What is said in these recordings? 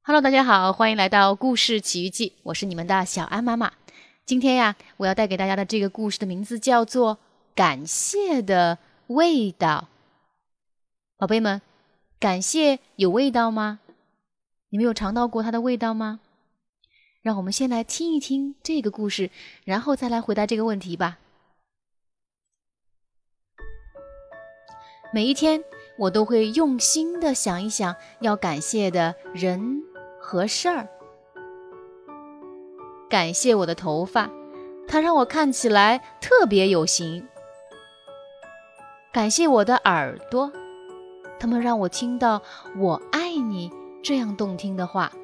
Hello， 大家好，欢迎来到故事奇遇记，我是你们的小安妈妈。今天呀，我要带给大家的这个故事的名字叫做《感谢的味道》。宝贝们，感谢有味道吗？你们有尝到过它的味道吗？让我们先来听一听这个故事，然后再来回答这个问题吧。每一天，我都会用心地想一想要感谢的人和事儿。感谢我的头发，它让我看起来特别有型。感谢我的耳朵，它们让我听到我爱你这样动听的话。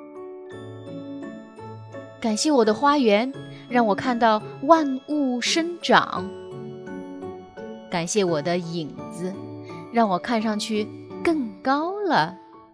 感谢我的花园，让我看到万物生长。感谢我的影子，让我看上去更高了。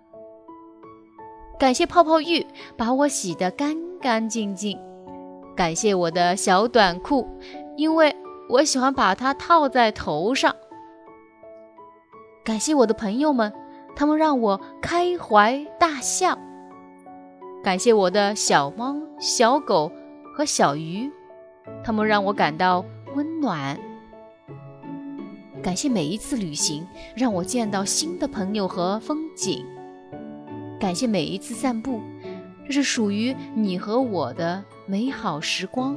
感谢泡泡浴，把我洗得干干净净。感谢我的小短裤，因为我喜欢把它套在头上。感谢我的朋友们，他们让我开怀大笑。感谢我的小猫、小狗和小鱼，他们让我感到温暖。感谢每一次旅行，让我见到新的朋友和风景。感谢每一次散步，这是属于你和我的美好时光。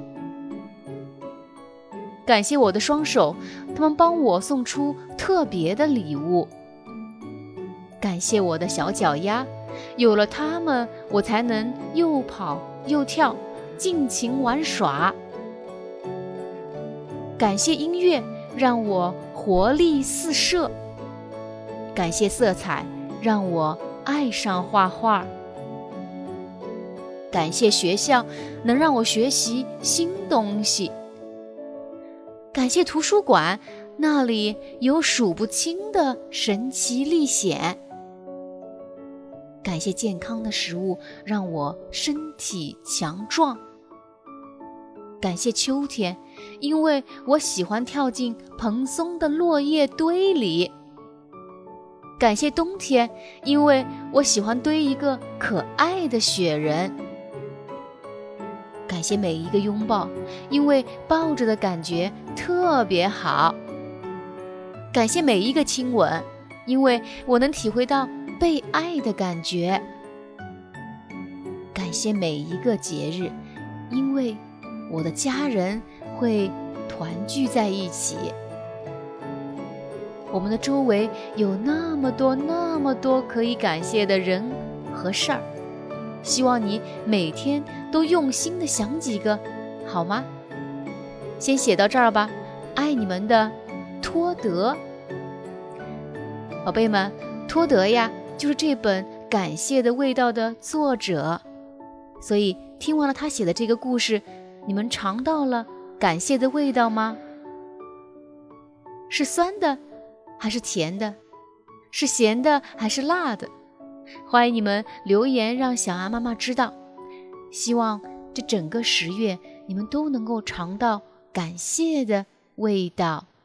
感谢我的双手，他们帮我送出特别的礼物。感谢我的小脚丫，有了它们，我才能又跑又跳，尽情玩耍。感谢音乐，让我活力四射。感谢色彩，让我爱上画画。感谢学校，能让我学习新东西。感谢图书馆，那里有数不清的神奇历险。感谢健康的食物，让我身体强壮。感谢秋天，因为我喜欢跳进蓬松的落叶堆里。感谢冬天，因为我喜欢堆一个可爱的雪人。感谢每一个拥抱，因为抱着的感觉特别好。感谢每一个亲吻，因为我能体会到被爱的感觉。感谢每一个节日，因为我的家人会团聚在一起。我们的周围有那么多可以感谢的人和事儿，希望你每天都用心地想几个，好吗？先写到这儿吧，爱你们的托德。宝贝们，托德呀，就是这本《感谢的味道》的作者，所以听完了他写的这个故事，你们尝到了感谢的味道吗？是酸的还是甜的？是咸的还是辣的？欢迎你们留言让小安妈妈知道。希望这整个10月你们都能够尝到感谢的味道。